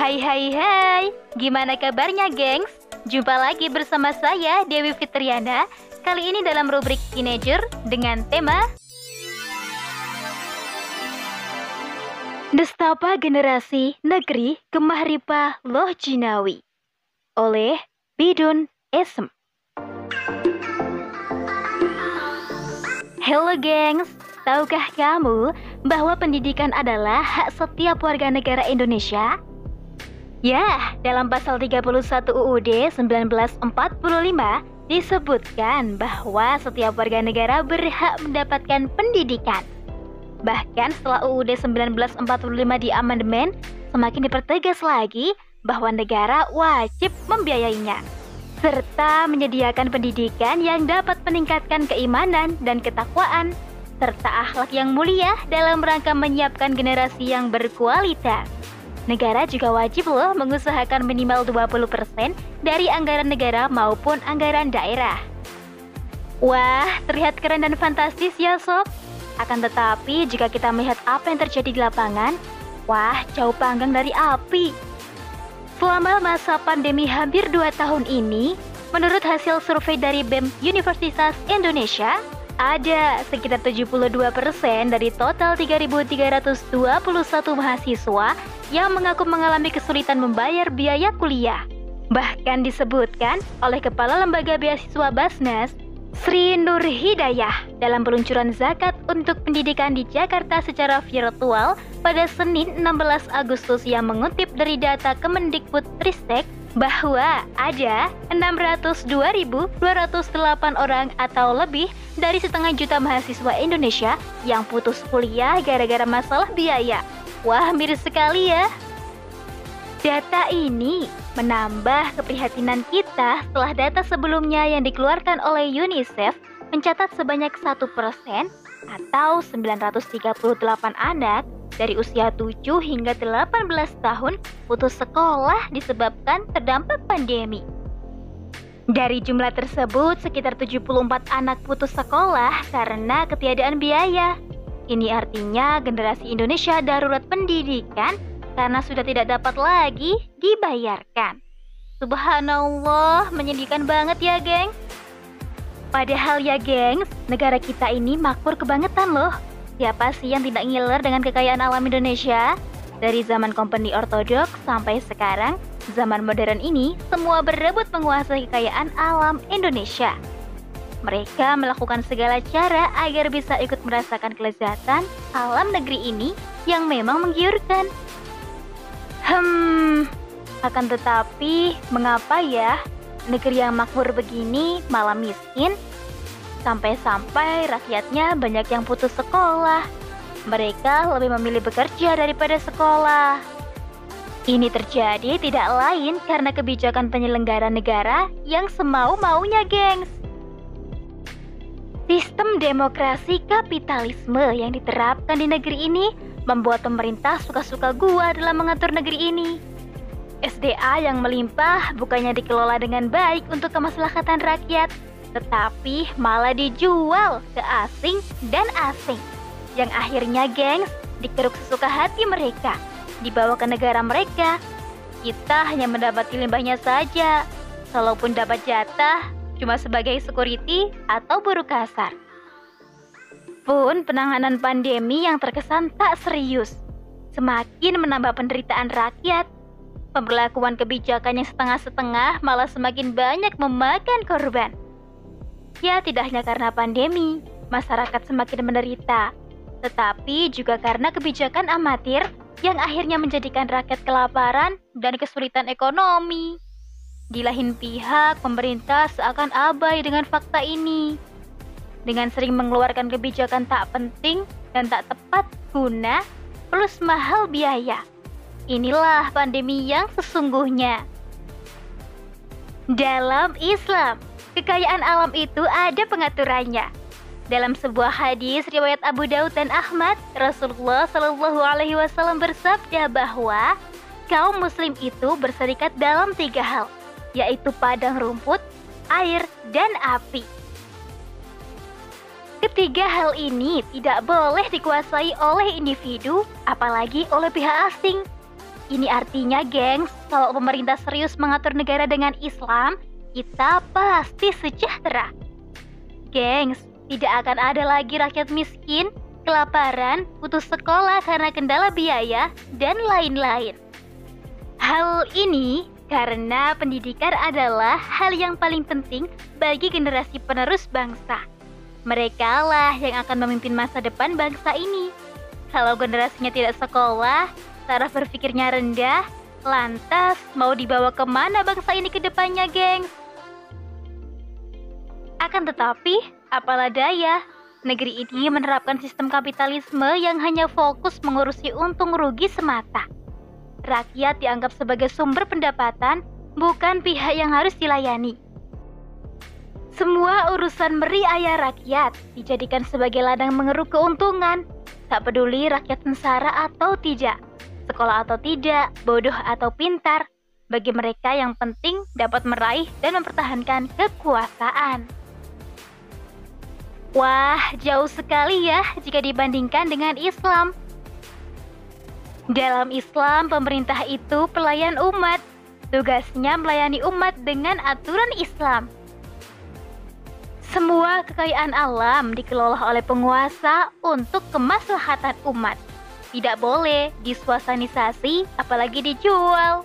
Hai, gimana kabarnya gengs? Jumpa lagi bersama saya Dewi Fitriana. Kali ini dalam rubrik Teenager dengan tema Nestapa Generasi Negeri Kemahripa Loh Jinawi oleh Bidun Esem. Halo gengs, tahukah kamu bahwa pendidikan adalah hak setiap warga negara Indonesia? Ya, dalam pasal 31 UUD 1945 disebutkan bahwa setiap warga negara berhak mendapatkan pendidikan. Bahkan setelah UUD 1945 diamandemen, semakin dipertegas lagi bahwa negara wajib membiayainya, serta menyediakan pendidikan yang dapat meningkatkan keimanan dan ketakwaan, serta akhlak yang mulia dalam rangka menyiapkan generasi yang berkualitas. Negara juga wajib loh mengusahakan minimal 20% dari anggaran negara maupun anggaran daerah. Wah, terlihat keren dan fantastis ya sob. Akan tetapi jika kita melihat apa yang terjadi di lapangan, wah jauh panggang dari api. Selama masa pandemi hampir 2 tahun ini, menurut hasil survei dari BEM Universitas Indonesia, ada sekitar 72% dari total 3.321 mahasiswa yang mengaku mengalami kesulitan membayar biaya kuliah. Bahkan disebutkan oleh Kepala Lembaga Beasiswa Basnas, Sri Nur Hidayah, dalam peluncuran zakat untuk pendidikan di Jakarta secara virtual pada Senin 16 Agustus yang mengutip dari data Kemendikbudristek bahwa ada 602.208 orang atau lebih dari setengah juta mahasiswa Indonesia yang putus kuliah gara-gara masalah biaya. Wah, miris sekali ya. Data ini menambah keprihatinan kita setelah data sebelumnya yang dikeluarkan oleh UNICEF mencatat sebanyak 1% atau 938 anak dari usia 7 hingga 18 tahun putus sekolah disebabkan terdampak pandemi. Dari jumlah tersebut, sekitar 74 anak putus sekolah karena ketiadaan biaya. Ini artinya generasi Indonesia darurat pendidikan karena sudah tidak dapat lagi dibayarkan. Subhanallah, menyedihkan banget ya geng. Padahal ya gengs, negara kita ini makmur kebangetan loh. Siapa sih yang tidak ngiler dengan kekayaan alam Indonesia? Dari zaman kompeni ortodoks sampai sekarang, zaman modern ini, semua berebut menguasai kekayaan alam Indonesia. Mereka melakukan segala cara agar bisa ikut merasakan kelezatan alam negeri ini yang memang menggiurkan. Akan tetapi, mengapa ya negeri yang makmur begini malah miskin? Sampai-sampai rakyatnya banyak yang putus sekolah. Mereka lebih memilih bekerja daripada sekolah. Ini terjadi tidak lain karena kebijakan penyelenggara negara yang semau-maunya, gengs. Sistem demokrasi kapitalisme yang diterapkan di negeri ini membuat pemerintah suka-suka gua dalam mengatur negeri ini. SDA yang melimpah bukannya dikelola dengan baik untuk kemaslahatan rakyat, tetapi malah dijual ke asing dan asing. Yang akhirnya gengs, dikeruk sesuka hati mereka, dibawa ke negara mereka. Kita hanya mendapati limbahnya saja, kalaupun dapat jatah cuma sebagai security atau buruh kasar. Pun penanganan pandemi yang terkesan tak serius, semakin menambah penderitaan rakyat. Pemberlakuan kebijakan yang setengah-setengah malah semakin banyak memakan korban. Ya, tidak hanya karena pandemi, masyarakat semakin menderita, tetapi juga karena kebijakan amatir yang akhirnya menjadikan rakyat kelaparan dan kesulitan ekonomi. Di lain pihak, pemerintah seakan abai dengan fakta ini. Dengan sering mengeluarkan kebijakan tak penting dan tak tepat guna, plus mahal biaya. Inilah pandemi yang sesungguhnya. Dalam Islam, kekayaan alam itu ada pengaturannya. Dalam sebuah hadis riwayat Abu Daud dan Ahmad, Rasulullah SAW bersabda bahwa kaum muslim itu berserikat dalam 3 hal, yaitu padang rumput, air, dan api. Ketiga hal ini tidak boleh dikuasai oleh individu, apalagi oleh pihak asing. Ini artinya, gengs, kalau pemerintah serius mengatur negara dengan Islam, kita pasti sejahtera. Gengs, tidak akan ada lagi rakyat miskin, kelaparan, putus sekolah karena kendala biaya, dan lain-lain. Hal ini karena pendidikan adalah hal yang paling penting bagi generasi penerus bangsa. Mereka lah yang akan memimpin masa depan bangsa ini. Kalau generasinya tidak sekolah, taraf berpikirnya rendah, lantas mau dibawa kemana bangsa ini ke depannya, gengs? Akan tetapi, apalah daya, negeri ini menerapkan sistem kapitalisme yang hanya fokus mengurusi untung rugi semata. Rakyat dianggap sebagai sumber pendapatan, bukan pihak yang harus dilayani. Semua urusan meri ayah rakyat dijadikan sebagai ladang mengeruk keuntungan. Tak peduli rakyat sengsara atau tidak, sekolah atau tidak, bodoh atau pintar, bagi mereka yang penting dapat meraih dan mempertahankan kekuasaan. Wah, jauh sekali ya jika dibandingkan dengan Islam. Dalam Islam, pemerintah itu pelayan umat. Tugasnya melayani umat dengan aturan Islam. Semua kekayaan alam dikelola oleh penguasa untuk kemaslahatan umat. Tidak boleh diswasanisasi, apalagi dijual.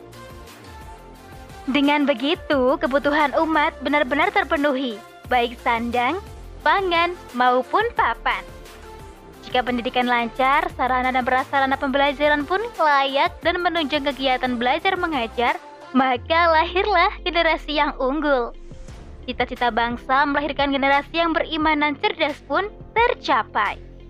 Dengan begitu, kebutuhan umat benar-benar terpenuhi, baik sandang, pangan, maupun papan. Jika pendidikan lancar, sarana dan prasarana pembelajaran pun layak dan menunjang kegiatan belajar mengajar, maka lahirlah generasi yang unggul. Cita-cita bangsa melahirkan generasi yang beriman dan cerdas pun tercapai.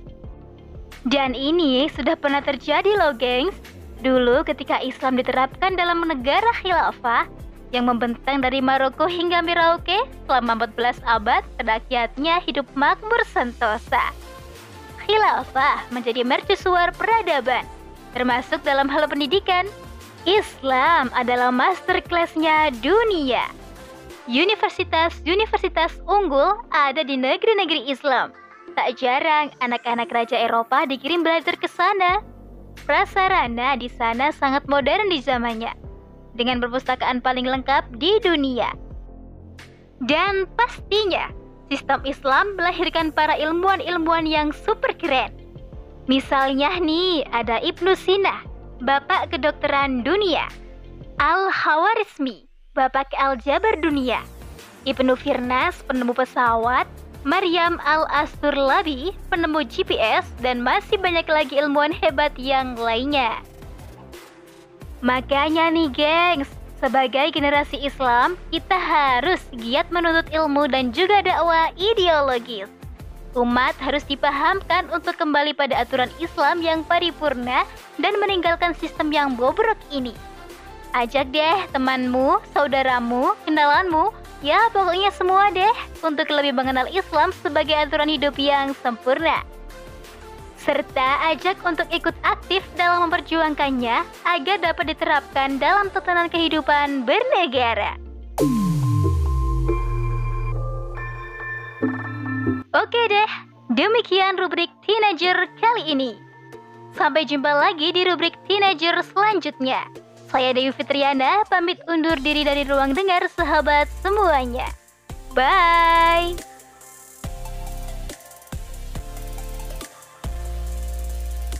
Dan ini sudah pernah terjadi loh, gengs. Dulu ketika Islam diterapkan dalam negara khilafah yang membentang dari Maroko hingga Merauke selama 14 abad, rakyatnya hidup makmur sentosa. Khilafah menjadi mercusuar peradaban, termasuk dalam hal pendidikan. Islam adalah master kelasnya dunia. Universitas-universitas unggul ada di negeri-negeri Islam. Tak jarang anak-anak raja Eropa dikirim belajar ke sana. Prasarana di sana sangat modern di zamannya, dengan perpustakaan paling lengkap di dunia. Dan pastinya, sistem Islam melahirkan para ilmuwan-ilmuwan yang super keren. Misalnya nih, ada Ibnu Sina, bapak kedokteran dunia. Al-Khawarizmi, bapak aljabar dunia. Ibnu Firnas, penemu pesawat. Maryam Al-Asturlabi, penemu GPS, dan masih banyak lagi ilmuwan hebat yang lainnya. Makanya nih gengs, sebagai generasi Islam, kita harus giat menuntut ilmu dan juga dakwah ideologis. Umat harus dipahamkan untuk kembali pada aturan Islam yang paripurna dan meninggalkan sistem yang bobrok ini. Ajak deh temanmu, saudaramu, kenalanmu, ya pokoknya semua deh untuk lebih mengenal Islam sebagai aturan hidup yang sempurna. Serta ajak untuk ikut aktif dalam memperjuangkannya agar dapat diterapkan dalam tatanan kehidupan bernegara. Oke deh, demikian rubrik Teenager kali ini. Sampai jumpa lagi di rubrik Teenager selanjutnya. Saya Dewi Fitriana, pamit undur diri dari ruang dengar sahabat semuanya. Bye!